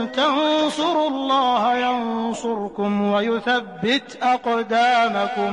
تنصروا الله ينصركم ويثبت أقدامكم.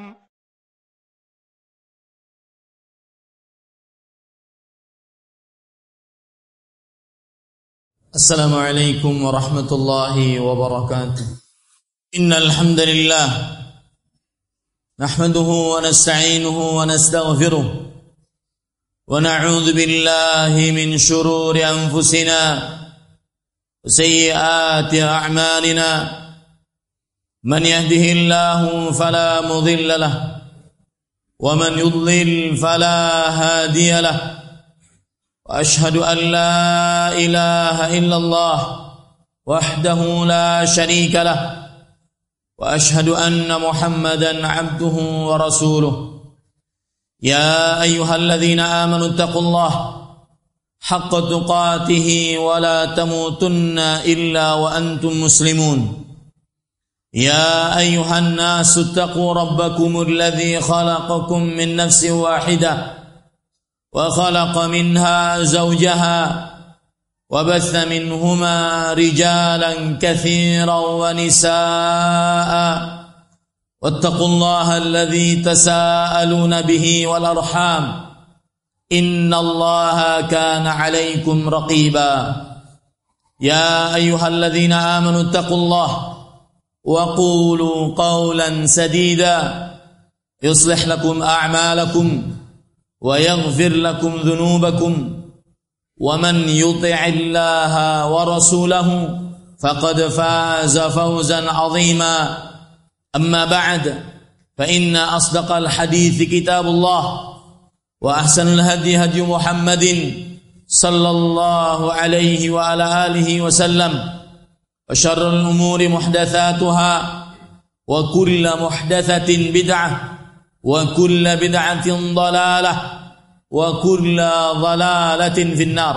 Assalamualaikum warahmatullahi wabarakatuh. Innal hamdalillah nahmaduhu wa nasta'inuhu wa nastaghfiruh wa na'udzu billahi min shururi anfusina wa sayyiati a'malina. Man yahdihillahu fala mudilla lahu wa man yudlil fala hadiya lahu. وأشهد أن لا إله إلا الله وحده لا شريك له وأشهد أن محمدا عبده ورسوله. يا أيها الذين آمنوا اتقوا الله حق تقاته ولا تموتن إلا وأنتم مسلمون. يا أيها الناس اتقوا ربكم الذي خلقكم من نفس واحدة وخلق منها زوجها وبث منهما رجالا كثيرا ونساء واتقوا الله الذي تساءلون به والأرحام إن الله كان عليكم رقيبا. يا أيها الذين آمنوا اتقوا الله وقولوا قولا سديدا يصلح لكم أعمالكم ويغفر لكم ذنوبكم ومن يطع الله ورسوله فقد فاز فوزا عظيما. أما بعد فإن أصدق الحديث كتاب الله وأحسن الهدي هدي محمد صلى الله عليه وعلى آله وسلم وشر الأمور محدثاتها وكل محدثة بدعة وكل بدعة ضلالة وكل ضلالة في النار.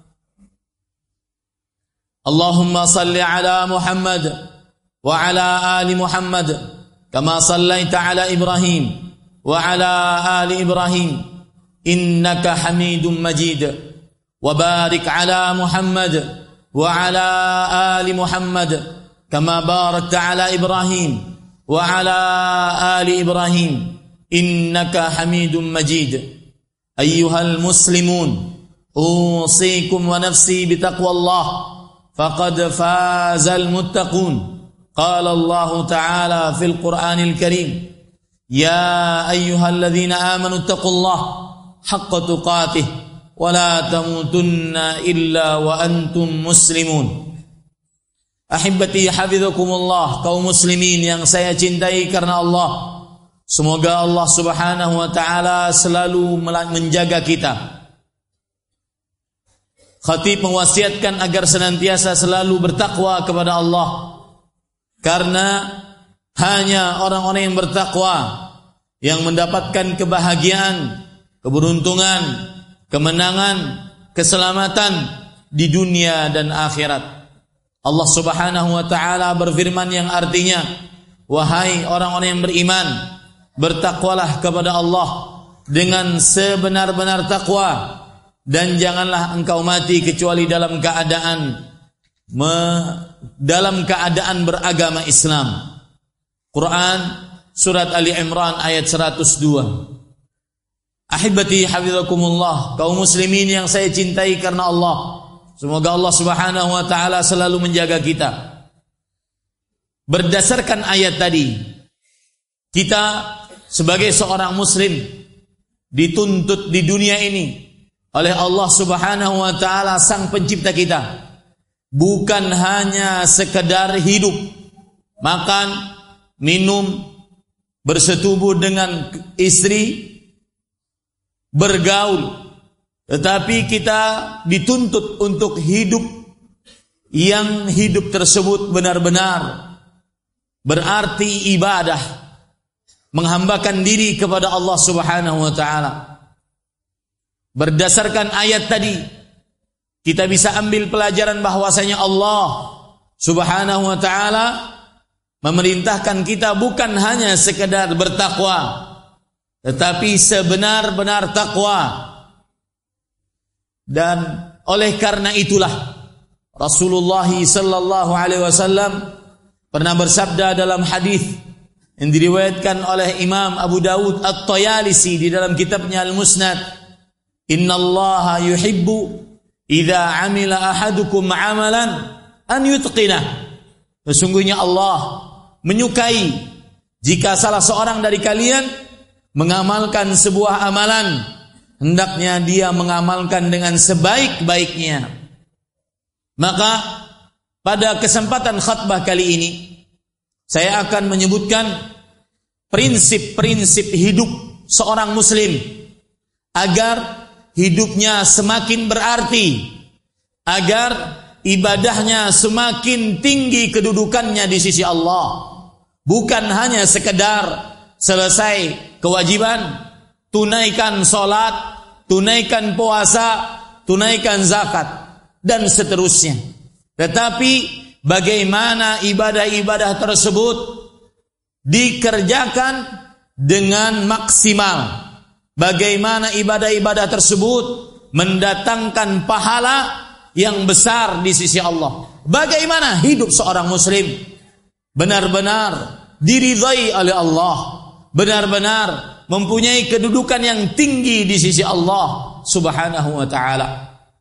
اللهم صل على محمد وعلى آل محمد كما صليت على إبراهيم وعلى آل إبراهيم إنك حميد مجيد. وبارك على محمد وعلى آل محمد كما باركت على إبراهيم وعلى آل إبراهيم إنك حميد مجيد. أيها المسلمون أوصيكم ونفسي بتقوى الله فقد فاز المتقون. قال الله تعالى في القرآن الكريم يا أيها الذين آمنوا اتقوا الله حق تقاته ولا تموتن إلا وأنتم مسلمون. Ahibati hafizakumullah, kaum muslimin yang saya cintai karena Allah. Semoga Allah Subhanahu wa taala selalu menjaga kita. Khatib mewasiatkan agar senantiasa selalu bertakwa kepada Allah. Karena hanya orang-orang yang bertakwa yang mendapatkan kebahagiaan, keberuntungan, kemenangan, keselamatan di dunia dan akhirat. Allah Subhanahu wa taala berfirman yang artinya, wahai orang-orang yang beriman, bertakwalah kepada Allah dengan sebenar-benar takwa dan janganlah engkau mati kecuali dalam keadaan beragama Islam. Quran surat Ali Imran ayat 102. Ahibati hafizakumullah, kaum muslimin yang saya cintai karena Allah. Semoga Allah Subhanahu wa taala selalu menjaga kita. Berdasarkan ayat tadi, kita sebagai seorang muslim dituntut di dunia ini oleh Allah Subhanahu wa taala sang pencipta kita bukan hanya sekedar hidup, makan, minum, bersetubuh dengan istri, bergaul, tetapi kita dituntut untuk hidup yang hidup tersebut benar-benar berarti ibadah, menghambakan diri kepada Allah Subhanahu wa taala. Berdasarkan ayat tadi, kita bisa ambil pelajaran bahwasanya Allah Subhanahu wa taala memerintahkan kita bukan hanya sekedar bertakwa, tetapi sebenar-benar takwa. Dan oleh karena itulah Rasulullah sallallahu alaihi wasallam pernah bersabda dalam hadis yang diriwayatkan oleh Imam Abu Dawud At-Tayalisi di dalam kitabnya Al-Musnad, "Innallaha yuhibbu idza 'amila ahadukum 'amalan an yutqinah." Sesungguhnya Allah menyukai jika salah seorang dari kalian mengamalkan sebuah amalan, hendaknya dia mengamalkan dengan sebaik-baiknya. Maka pada kesempatan khutbah kali ini saya akan menyebutkan prinsip-prinsip hidup seorang muslim agar hidupnya semakin berarti, agar ibadahnya semakin tinggi kedudukannya di sisi Allah. Bukan hanya sekedar selesai kewajiban, tunaikan salat, tunaikan puasa, tunaikan zakat dan seterusnya. Tetapi bagaimana ibadah-ibadah tersebut dikerjakan dengan maksimal. Bagaimana ibadah-ibadah tersebut mendatangkan pahala yang besar di sisi Allah. Bagaimana hidup seorang muslim benar-benar diridhai oleh Allah, benar-benar mempunyai kedudukan yang tinggi di sisi Allah Subhanahu wa ta'ala.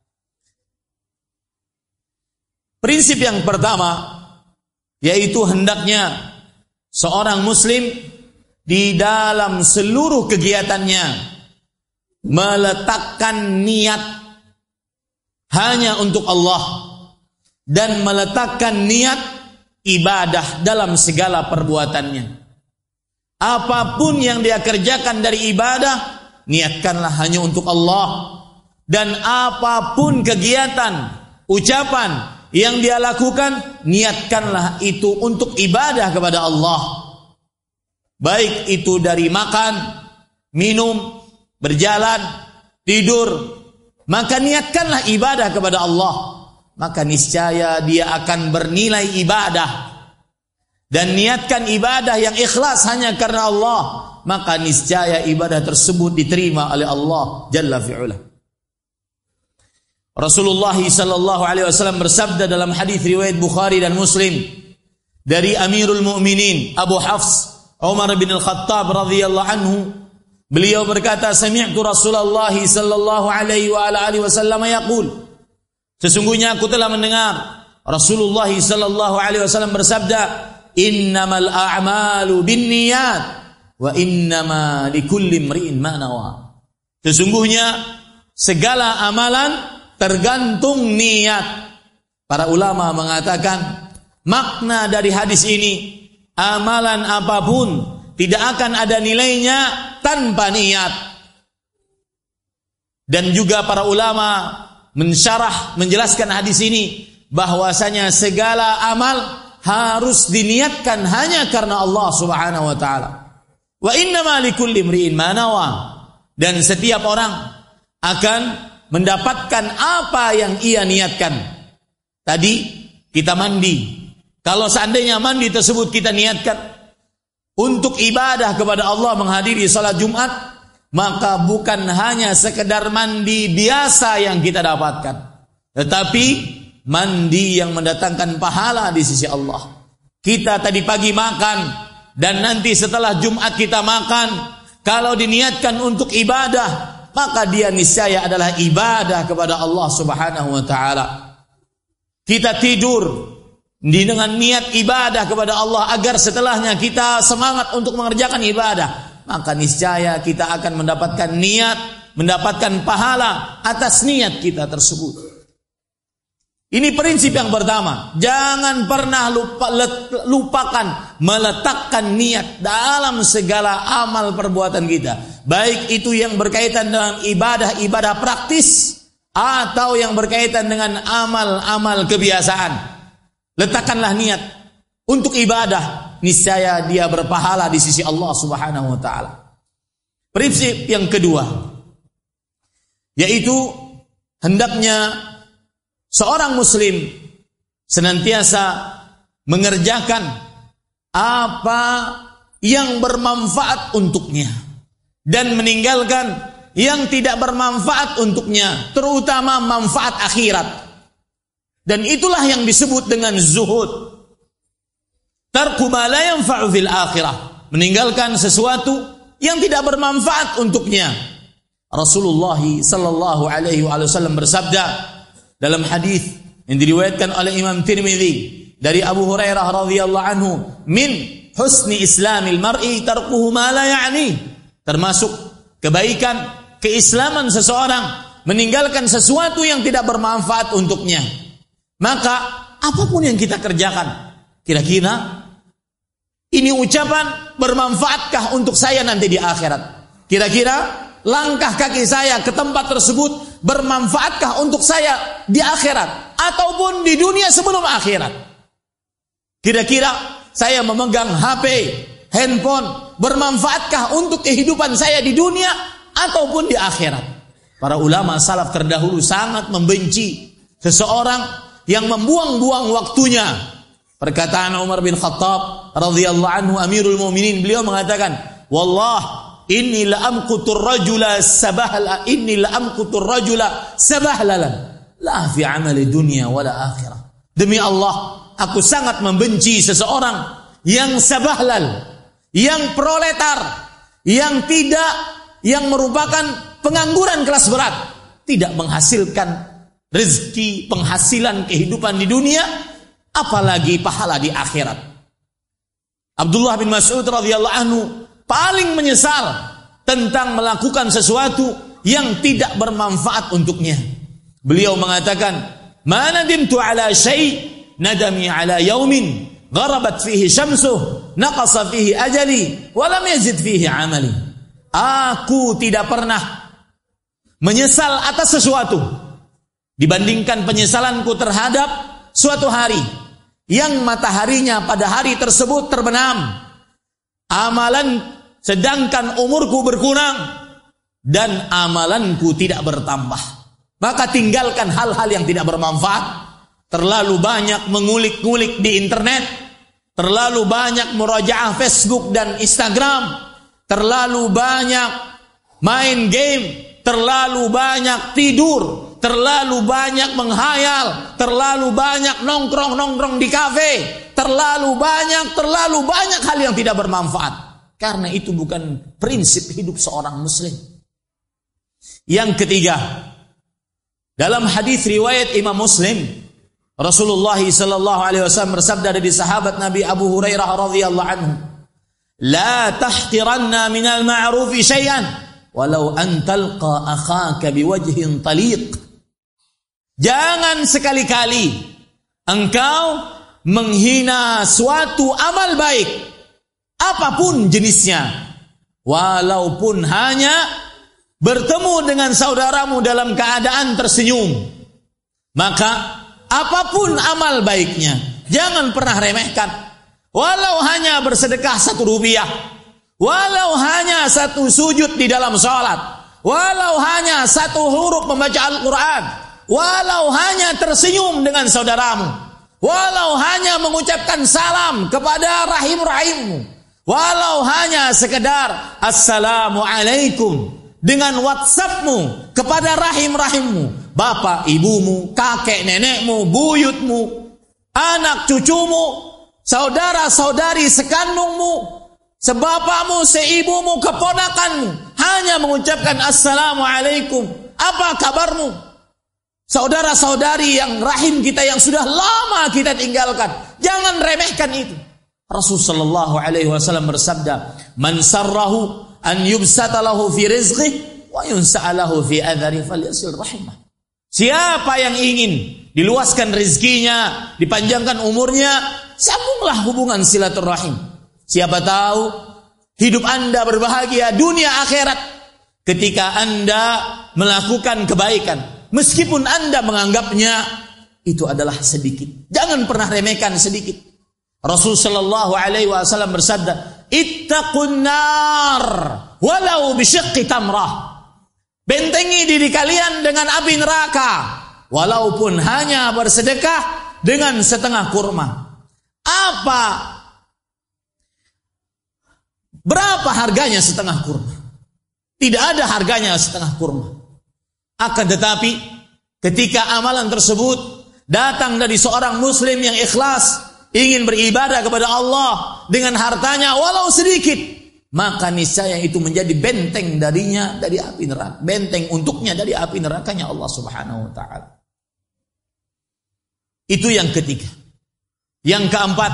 Prinsip yang pertama yaitu hendaknya seorang muslim di dalam seluruh kegiatannya meletakkan niat hanya untuk Allah dan meletakkan niat ibadah dalam segala perbuatannya. Apapun yang dia kerjakan dari ibadah, niatkanlah hanya untuk Allah. Dan apapun kegiatan, ucapan yang dia lakukan, niatkanlah itu untuk ibadah kepada Allah. Baik itu dari makan, minum, berjalan, tidur, maka niatkanlah ibadah kepada Allah. Maka niscaya dia akan bernilai ibadah. Dan niatkan ibadah yang ikhlas hanya karena Allah, maka niscaya ibadah tersebut diterima oleh Allah Jalla fi'ula. Rasulullah sallallahu alaihi wasallam bersabda dalam hadis riwayat Bukhari dan Muslim dari Amirul Mukminin Abu Hafs Umar bin Al-Khattab radhiyallahu anhu, beliau berkata, "Sami'tu Rasulullah sallallahu alaihi wa alihi wasallam yaqul." Sesungguhnya aku telah mendengar Rasulullah sallallahu alaihi wasallam bersabda, "Innamal a'malu binniyat wa innama likulli imri'in ma nawa." Sesungguhnya segala amalan tergantung niat. Para ulama mengatakan makna dari hadis ini, amalan apapun tidak akan ada nilainya tanpa niat. Dan juga para ulama menjelaskan hadis ini bahwasanya segala amal harus diniatkan hanya karena Allah Subhanahu wa taala. Wa innama likulli imri'in ma nawa. Dan setiap orang akan mendapatkan apa yang ia niatkan. Tadi kita mandi. Kalau seandainya mandi tersebut kita niatkan untuk ibadah kepada Allah, menghadiri salat Jumat, maka bukan hanya sekedar mandi biasa yang kita dapatkan, tetapi mandi yang mendatangkan pahala di sisi Allah. Kita tadi pagi makan dan nanti setelah Jumat kita makan, kalau diniatkan untuk ibadah, maka dia niscaya adalah ibadah kepada Allah Subhanahu wa taala. Kita tidur dengan niat ibadah kepada Allah agar setelahnya kita semangat untuk mengerjakan ibadah, maka niscaya kita akan mendapatkan niat, mendapatkan pahala atas niat kita tersebut. Ini prinsip yang pertama. Jangan pernah lupakan meletakkan niat dalam segala amal perbuatan kita. Baik itu yang berkaitan dengan ibadah-ibadah praktis atau yang berkaitan dengan amal-amal kebiasaan. Letakkanlah niat untuk ibadah, niscaya dia berpahala di sisi Allah Subhanahu wa taala. Prinsip yang kedua yaitu hendaknya seorang muslim senantiasa mengerjakan apa yang bermanfaat untuknya dan meninggalkan yang tidak bermanfaat untuknya, terutama manfaat akhirat. Dan itulah yang disebut dengan zuhud. Tarku ma la yanfa'u fil akhirah. Meninggalkan sesuatu yang tidak bermanfaat untuknya. Rasulullah sallallahu alaihi wasallam bersabda dalam hadis yang diriwayatkan oleh Imam Tirmidzi dari Abu Hurairah radhiyallahu anhu, min husni islamil mar'i tarkuhu ma la ya'ni. Termasuk kebaikan keislaman seseorang meninggalkan sesuatu yang tidak bermanfaat untuknya. Maka apapun yang kita kerjakan, kira-kira ini ucapan bermanfaatkah untuk saya nanti di akhirat? Kira-kira langkah kaki saya ke tempat tersebut bermanfaatkah untuk saya di akhirat ataupun di dunia sebelum akhirat? Kira-kira saya memegang HP, handphone bermanfaatkah untuk kehidupan saya di dunia ataupun di akhirat? Para ulama salaf terdahulu sangat membenci seseorang yang membuang-buang waktunya. Perkataan Umar bin Khattab radhiyallahu anhu Amirul Mukminin, beliau mengatakan, "Wallah, inni la amqutur rajula sabahlalan la fi amali dunya wala akhirah." Demi Allah, aku sangat membenci seseorang yang sabahlal, yang proletar, yang merupakan pengangguran kelas berat, tidak menghasilkan rezeki, penghasilan kehidupan di dunia, apalagi pahala di akhirat. Abdullah bin Mas'ud radhiyallahu anhu paling menyesal tentang melakukan sesuatu yang tidak bermanfaat untuknya. Beliau mengatakan, "Ma nadimtu ala syai' nadami ala yaumin gharabat fihi syamsuh naqasa fihi ajali wa lam yazid fihi amali." Aku tidak pernah menyesal atas sesuatu dibandingkan penyesalanku terhadap suatu hari yang mataharinya pada hari tersebut terbenam, sedangkan umurku berkurang dan amalanku tidak bertambah. Maka tinggalkan hal-hal yang tidak bermanfaat. Terlalu banyak mengulik-ngulik di internet, terlalu banyak murajaah Facebook dan Instagram, terlalu banyak main game, terlalu banyak tidur, terlalu banyak menghayal, terlalu banyak nongkrong di kafe, terlalu banyak hal yang tidak bermanfaat. Karena itu bukan prinsip hidup seorang muslim. Yang ketiga, dalam hadis riwayat Imam Muslim, Rasulullah sallallahu alaihi wasallam bersabda dari sahabat Nabi Abu Hurairah radhiyallahu anhu, "La tahqiranna minal ma'rufi syai'an walau an talqa akhaka biwajhin taliq." Jangan sekali-kali engkau menghina suatu amal baik, apapun jenisnya, walaupun hanya bertemu dengan saudaramu dalam keadaan tersenyum. Maka apapun amal baiknya, jangan pernah remehkan. Walau hanya bersedekah 1 rupiah, walau hanya 1 sujud di dalam sholat, walau hanya 1 huruf membaca Al-Quran, walau hanya tersenyum dengan saudaramu, walau hanya mengucapkan salam kepada rahim-rahimmu, walau hanya sekedar assalamualaikum dengan WhatsAppmu kepada rahim-rahimmu, bapak, ibumu, kakek, nenekmu, buyutmu, anak, cucumu, saudara-saudari sekandungmu, sebapakmu, seibumu, keponakanmu, hanya mengucapkan assalamualaikum, apa kabarmu? Saudara-saudari yang rahim kita yang sudah lama kita tinggalkan, jangan remehkan itu. Rasulullah sallallahu alaihi wasallam bersabda, "Man sarrahu an yubsata lahu fi rizqihi wa yunsa'a lahu fi adhari falyasil rahimah." Siapa yang ingin diluaskan rezekinya, dipanjangkan umurnya, sambunglah hubungan silaturahim. Siapa tahu hidup Anda berbahagia dunia akhirat ketika Anda melakukan kebaikan, meskipun Anda menganggapnya itu adalah sedikit. Jangan pernah remehkan sedikit. Rasul sallallahu alaihi wasallam bersabda, "Ittaqun nar walau bisyiqqi tamrah." Bentengi diri kalian dengan api neraka, walaupun hanya bersedekah dengan setengah kurma. Berapa harganya setengah kurma? Tidak ada harganya setengah kurma. Akan tetapi ketika amalan tersebut datang dari seorang muslim yang ikhlas, ingin beribadah kepada Allah dengan hartanya walau sedikit, maka niscaya itu menjadi benteng darinya dari api neraka, benteng untuknya dari api nerakanya Allah Subhanahu wa taala. Itu yang ketiga. Yang keempat,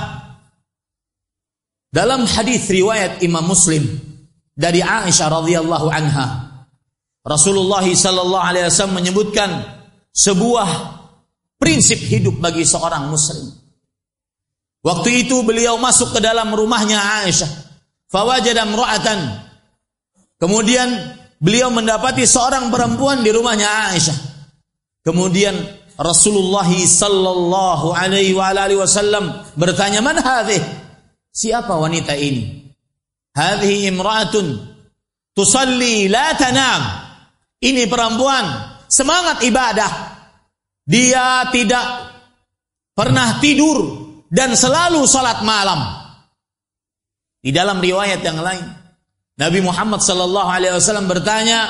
dalam hadis riwayat Imam Muslim dari Aisyah radhiyallahu anha, Rasulullah sallallahu alaihi wasallam menyebutkan sebuah prinsip hidup bagi seorang muslim. Waktu itu beliau masuk ke dalam rumahnya Aisyah, fawajada imra'atan. Kemudian beliau mendapati seorang perempuan di rumahnya Aisyah. Kemudian Rasulullah sallallahu alaihi wasallam bertanya, "Man hadhihi?" Siapa wanita ini? "Hadhihi imra'atun tusalli la tanam." Ini perempuan semangat ibadah. Dia tidak pernah tidur dan selalu salat malam. Di dalam riwayat yang lain, Nabi Muhammad sallallahu alaihi wasallam bertanya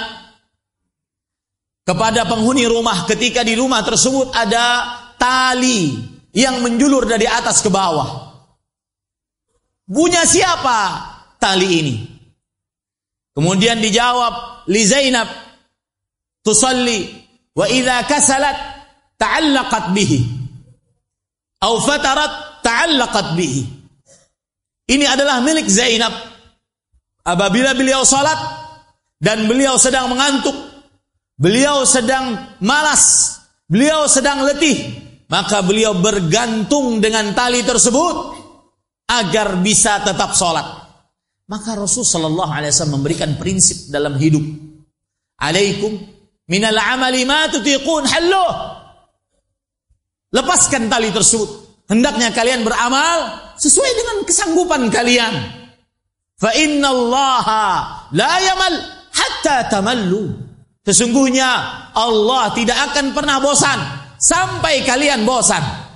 kepada penghuni rumah ketika di rumah tersebut ada tali yang menjulur dari atas ke bawah. Punya siapa tali ini? Kemudian dijawab, li Zainab tusalli wa idza kasalat ta'allaqat bihi aw fatarat ta'allaqat bihi. Ini adalah milik Zainab. Apabila beliau salat dan beliau sedang mengantuk, beliau sedang malas, beliau sedang letih, maka beliau bergantung dengan tali tersebut agar bisa tetap sholat. Maka Rasul sallallahu alaihi wasallam memberikan prinsip dalam hidup. Alaikum minal amali ma tutiqun halluh. Lepaskan tali tersebut. Hendaknya kalian beramal sesuai dengan kesanggupan kalian. Fa innallaha la yamal hatta tamallu. Sesungguhnya Allah tidak akan pernah bosan sampai kalian bosan.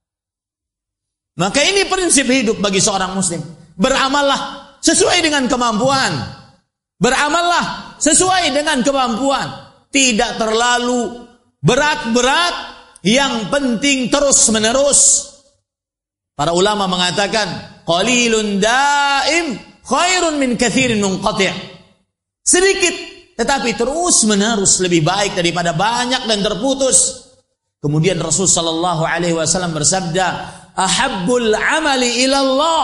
Maka ini prinsip hidup bagi seorang muslim. Beramallah sesuai dengan kemampuan. Beramallah sesuai dengan kemampuan. Tidak terlalu berat-berat, yang penting terus-menerus. Para ulama mengatakan, qalilun daim khairun min katsirin munqati'. Sedikit tetapi terus-menerus lebih baik daripada banyak dan terputus. Kemudian Rasul sallallahu alaihi wasallam bersabda, ahabbul amali ilallah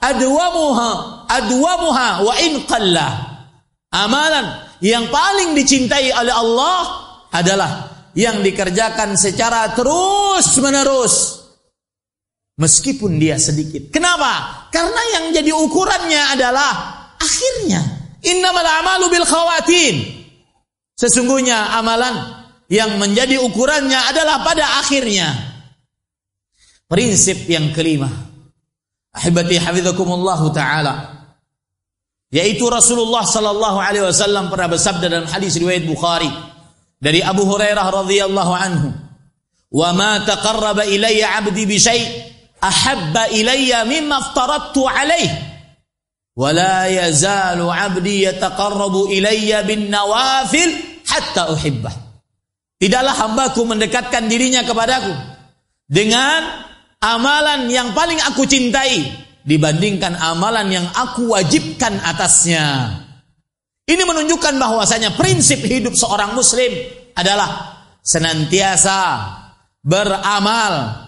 adwamuha wa in qalla. Amalan yang paling dicintai oleh Allah adalah yang dikerjakan secara terus-menerus meskipun dia sedikit. Kenapa? Karena yang jadi ukurannya adalah akhirnya. Innamal a'malu bil khawatim. Sesungguhnya amalan yang menjadi ukurannya adalah pada akhirnya. Prinsip yang kelima, ahibati hafizakumullah taala, yaitu Rasulullah sallallahu alaihi wasallam pernah bersabda dalam hadis riwayat Bukhari dari Abu Hurairah radhiyallahu anhu, "Wa ma taqarraba ilayya 'abdi bi syai' ahabba ilayya mimma aftaradtu 'alaihi, wa la yazalu 'abdi yataqarrabu ilayya bin nawafil hatta uhibbah." Tidaklah hambaku mendekatkan dirinya kepadaku dengan amalan yang paling aku cintai dibandingkan amalan yang aku wajibkan atasnya. Ini menunjukkan bahwasanya prinsip hidup seorang muslim adalah senantiasa beramal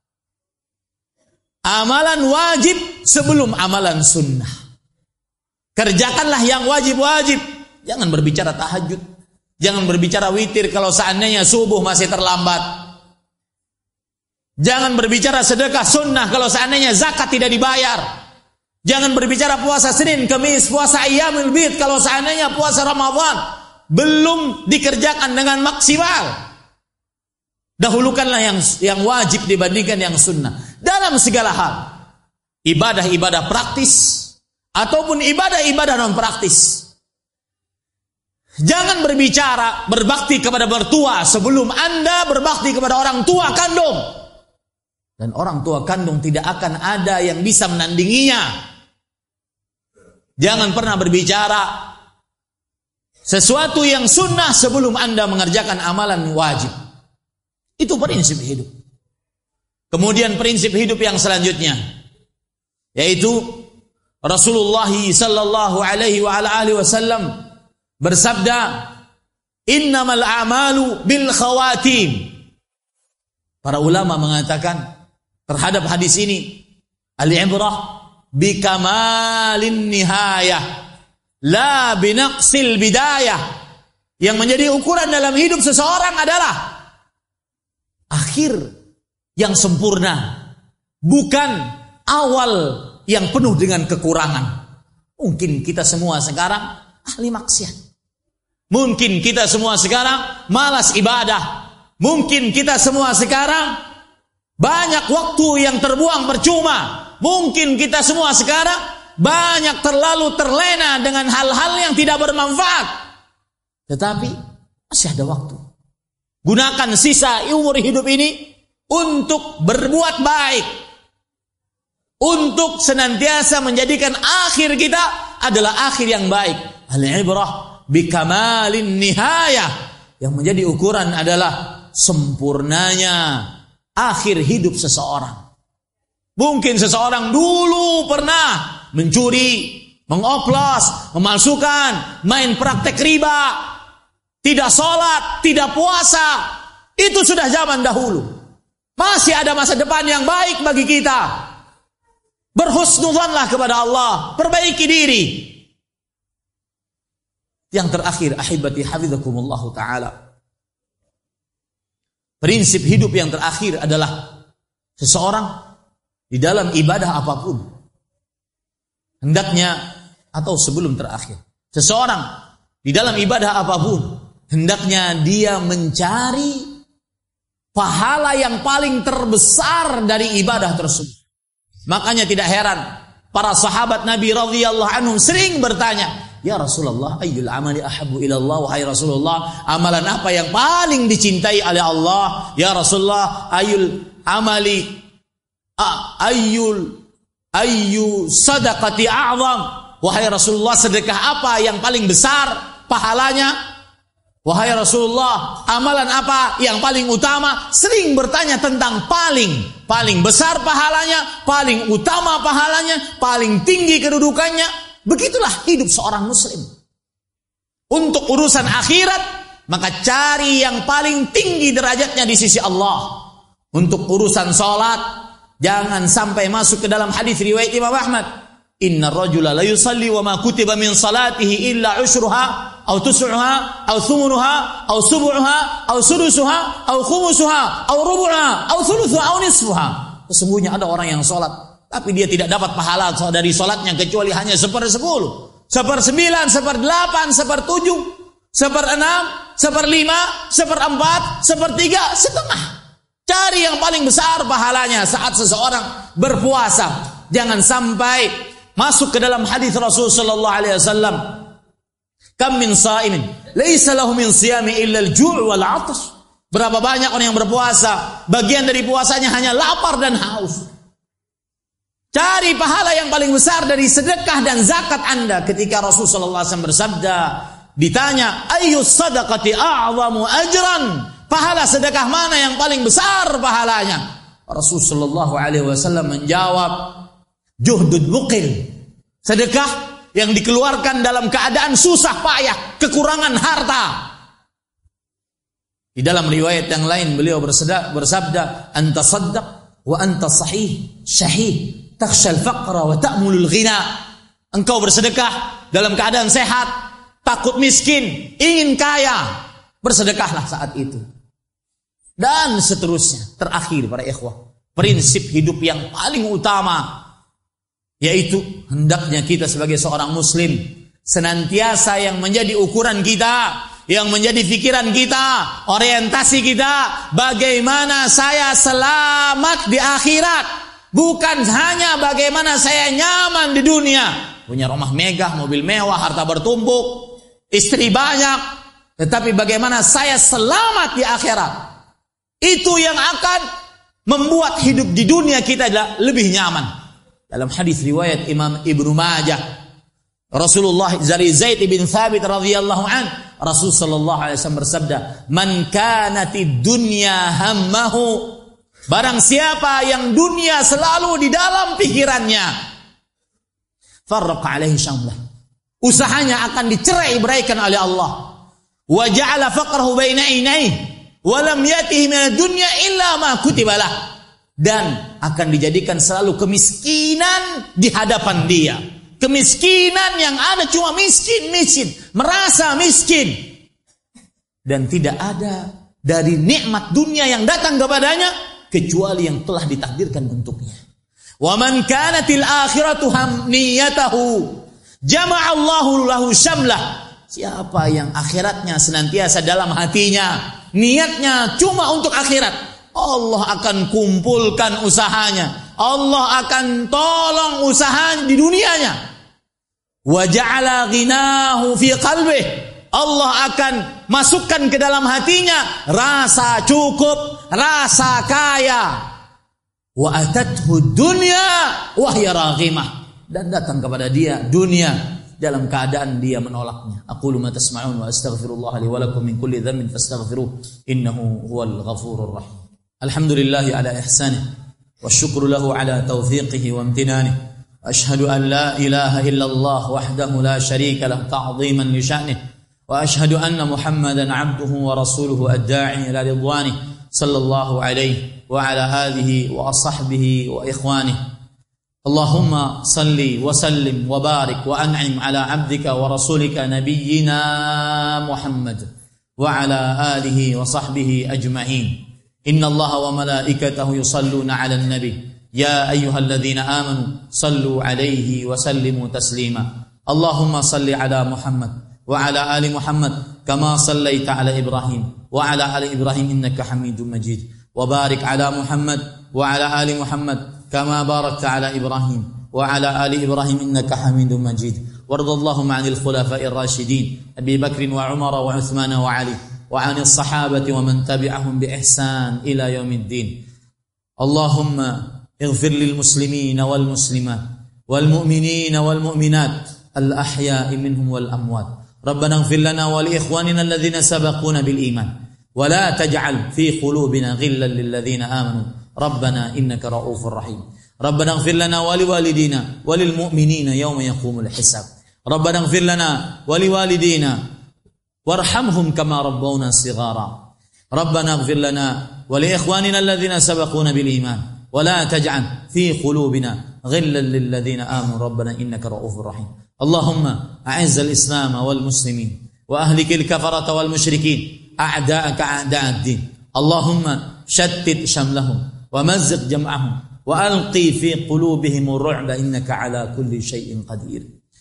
amalan wajib sebelum amalan sunnah. Kerjakanlah yang wajib-wajib. Jangan berbicara tahajud. Jangan berbicara witir kalau seandainya subuh masih terlambat. Jangan berbicara sedekah sunnah kalau seandainya zakat tidak dibayar. Jangan berbicara puasa Senin, Kamis, puasa Ayyamul Bid kalau seandainya puasa Ramadan belum dikerjakan dengan maksimal. Dahulukanlah yang wajib dibandingkan yang sunnah dalam segala hal. Ibadah-ibadah praktis ataupun ibadah-ibadah non praktis. Jangan berbicara berbakti kepada mertua sebelum Anda berbakti kepada orang tua kandung. Dan orang tua kandung tidak akan ada yang bisa menandinginya. Jangan pernah berbicara sesuatu yang sunnah sebelum Anda mengerjakan amalan wajib. Itu prinsip hidup. Kemudian prinsip hidup yang selanjutnya, yaitu Rasulullah sallallahu alaihi wa ala alihi wasallam bersabda, "Innamal a'malu bil khawatim." Para ulama mengatakan terhadap hadis ini, al-ibrah bi kamalin nihayah la bi naqsil bidayah. Yang menjadi ukuran dalam hidup seseorang adalah akhir yang sempurna, bukan awal yang penuh dengan kekurangan. Mungkin kita semua sekarang ahli maksiat. Mungkin kita semua sekarang malas ibadah. Mungkin kita semua sekarang banyak waktu yang terbuang percuma. Mungkin kita semua sekarang banyak terlalu terlena dengan hal-hal yang tidak bermanfaat. Tetapi masih ada waktu. Gunakan sisa umur hidup ini untuk berbuat baik. Untuk senantiasa menjadikan akhir kita adalah akhir yang baik. Al-ibrah bikamalin nihayah. Yang menjadi ukuran adalah sempurnanya akhir hidup seseorang. Mungkin seseorang dulu pernah mencuri, mengoplos, memalsukan, main praktek riba, tidak sholat, tidak puasa. Itu sudah zaman dahulu. Masih ada masa depan yang baik bagi kita. Berhusnudzanlah kepada Allah, perbaiki diri. Yang terakhir, ahibati hafizakumullah ta'ala, prinsip hidup yang terakhir adalah seseorang di dalam ibadah apapun, hendaknya, atau sebelum terakhir, seseorang di dalam ibadah apapun, hendaknya dia mencari pahala yang paling terbesar dari ibadah tersebut. Makanya tidak heran para sahabat Nabi radhiyallahu anhum sering bertanya, "Ya Rasulullah, ayyul amali ahabbu ila Allah?" Wahai Rasulullah, amalan apa yang paling dicintai oleh Allah? Ya Rasulullah, ayyul amali ayyu sadaqati a'zam? Wahai Rasulullah, sedekah apa yang paling besar pahalanya? Wahai Rasulullah, amalan apa yang paling utama? Sering bertanya tentang paling besar pahalanya, paling utama pahalanya, paling tinggi kedudukannya. Begitulah hidup seorang muslim. Untuk urusan akhirat, maka cari yang paling tinggi derajatnya di sisi Allah. Untuk urusan salat, jangan sampai masuk ke dalam hadis riwayat Imam Ahmad, "Innar rajula la yusalli wa ma kutiba min salatihi illa ushruha aw tus'uha aw thumunuha aw subu'uha aw sudusuha aw khumusuha aw rubu'uha aw thuluthuha aw nisfuha." Sesungguhnya ada orang yang salat, tapi dia tidak dapat pahala dari salatnya kecuali hanya 1/10, 1/9, 1/8, 1/7, 1/6, 1/5, 1/4, 1/3, setengah. Cari yang paling besar pahalanya saat seseorang berpuasa. Jangan sampai masuk ke dalam hadis Rasul sallallahu alaihi wasallam, "Kam min sha'imin laisa lahu min siyami illa al-ju' wal 'atash." Berapa banyak orang yang berpuasa, bagian dari puasanya hanya lapar dan haus. Cari pahala yang paling besar dari sedekah dan zakat Anda. Ketika Rasul sallallahu alaihi wasallam bersabda, ditanya, "Ayyus sadaqati a'zamu ajran?" Pahala sedekah mana yang paling besar pahalanya? Rasul sallallahu alaihi wasallam menjawab, "Juhdud muqil." Sedekah yang dikeluarkan dalam keadaan susah payah, kekurangan harta. Di dalam riwayat yang lain beliau bersabda, "Anta saddaq wa anta sahih syahih, takhshal faqra wa ta'mulul ghina." Engkau bersedekah dalam keadaan sehat, takut miskin, ingin kaya, bersedekahlah saat itu. Dan seterusnya. Terakhir para ikhwah, prinsip hidup yang paling utama, yaitu hendaknya kita sebagai seorang muslim senantiasa yang menjadi ukuran kita, yang menjadi pikiran kita, orientasi kita, bagaimana saya selamat di akhirat. Bukan hanya bagaimana saya nyaman di dunia, punya rumah megah, mobil mewah, harta bertumpuk, istri banyak, tetapi bagaimana saya selamat di akhirat. Itu yang akan membuat hidup di dunia kita lebih nyaman. Dalam hadis riwayat Imam Ibnu Majah, Rasulullah dari Zaid bin Thabit radhiyallahu an, Rasul sallallahu alaihi wasallam bersabda, "Man kanatid dunya hammahu Barang siapa yang dunia selalu di dalam pikirannya, farraqa alaihi syamlah. Usahanya akan dicerai-beraikan oleh Allah. Wa ja'ala faqrahu baina ainaihi wa lam yatihi minad dunya illa ma kutiba lah. Dan akan dijadikan selalu kemiskinan di hadapan dia. Kemiskinan yang ada cuma miskin, merasa miskin. Dan tidak ada dari nikmat dunia yang datang kepadanya kecuali yang telah ditakdirkan untuknya. Wa man kanatil akhiratu hamniyatahu jama'a Allahu lahu syamlah. Siapa yang akhiratnya senantiasa dalam hatinya, niatnya cuma untuk akhirat, Allah akan kumpulkan usahanya. Allah akan tolong usahanya di dunianya. Wa ja'ala ghinahu fi qalbihi. Allah akan masukkan ke dalam hatinya rasa cukup, rasa kaya. Wa atathu dunya wa hiya raghimah. Dan datang kepada dia dunia dalam keadaan dia menolaknya. Aqulu ma tasma'un wa astaghfirullah li wa lakum min kulli dhanbin fastaghfiruh innahu huwal ghafurur rahim. Alhamdulillahi ala ihsanih wa syukru lahu ala tawfiqihi wa imtinanih. Ashhadu an la ilaha illallah wahdahu la syarika lah ta'ziman li sya'nih. وأشهد أن محمدا عبده ورسوله الداعي إلى رضوانه صلى الله عليه وعلى آله وصحبه وإخوانه. اللهم صل وسلم وبارك وأنعم على عبدك ورسولك نبينا محمد وعلى آله وصحبه أجمعين. إن الله وملائكته يصلون على النبي يا أيها الذين آمنوا صلوا عليه وسلموا تسليما. اللهم صل على محمد وعلى آل محمد كما صليت على إبراهيم وعلى آل إبراهيم إنك حميد مجيد. وبارك على محمد وعلى آل محمد كما باركت على إبراهيم وعلى آل إبراهيم إنك حميد مجيد. وارض اللهم عن الخلفاء الراشدين أبي بكر وعمر وعثمان وعلي وعن الصحابة ومن تبعهم بإحسان إلى يوم الدين. اللهم اغفر للمسلمين والمسلمات والمؤمنين والمؤمنات الأحياء منهم والأموات. ربنا اغفر لنا ولإخواننا الذين سبقونا بالإيمان ولا تجعل في قلوبنا غلا للذين آمنوا ربنا إنك رؤوف رحيم. ربنا اغفر لنا ولوالدينا وللمؤمنين يوم يقوم الحساب. ربنا اغفر لنا ولوالدينا وارحمهم كما ربونا صغارا. ربنا اغفر لنا ولإخواننا الذين سبقونا بالإيمان ولا تجعل في قلوبنا غلا للذين آمنوا ربنا إنك رؤوف رحيم. اللهم أعز الإسلام والمسلمين وأهلك الكفرة والمشركين أعداءك أعداء الدين. اللهم شتت شملهم ومزق جمعهم وألقي في قلوبهم الرعب إنك على كل شيء قدير.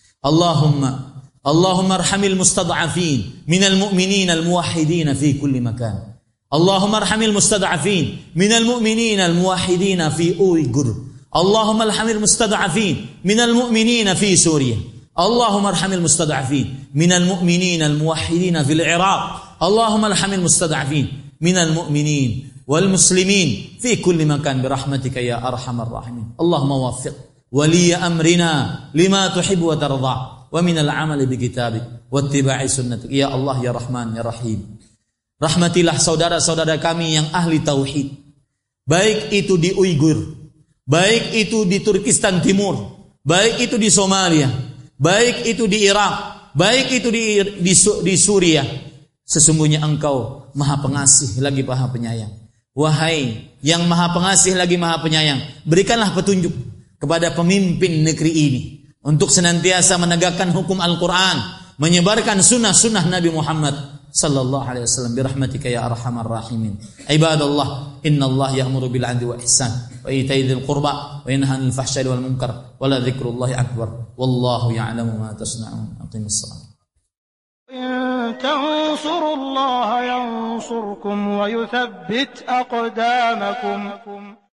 اللهم ارحم المستضعفين من المؤمنين الموحدين في كل مكان. اللهم ارحم المستضعفين من المؤمنين الموحدين في أويغور. اللهم ارحم المستضعفين من المؤمنين في سوريا. اللهم ارحم المستضعفين من المؤمنين الموحدين في العراق. اللهم ارحم المستضعفين من المؤمنين والمسلمين في كل مكان برحمتك يا أرحم الراحمين. اللهم وفق ولي أمرنا لما تحب وترضى ومن العمل بكتابك واتباع سنتك يا الله يا رحمن يا رحيم. Rahmatilah saudara-saudara kami yang ahli tauhid, baik itu di Uighur, baik itu di Turkistan Timur, baik itu di Somalia, baik itu di Irak, baik itu di Suriah. Sesungguhnya Engkau Maha Pengasih lagi Maha Penyayang. Wahai yang Maha Pengasih lagi Maha Penyayang, berikanlah petunjuk kepada pemimpin negeri ini untuk senantiasa menegakkan hukum Al-Quran, menyebarkan sunnah-sunnah Nabi Muhammad sallallahu alaihi wasallam birahmatika ya arhamar rahimin. Ibadallah, innallaha ya'muru bil 'adli wa ihsan wa ita'i dzil qurba wa yanha 'anil fahsya'i wal munkar wa la dzikrullahi akbar wallahu ya'lamu ma tasna'un. Aqimus shalah. إن تنصروا الله ينصركم ويثبت أقدامكم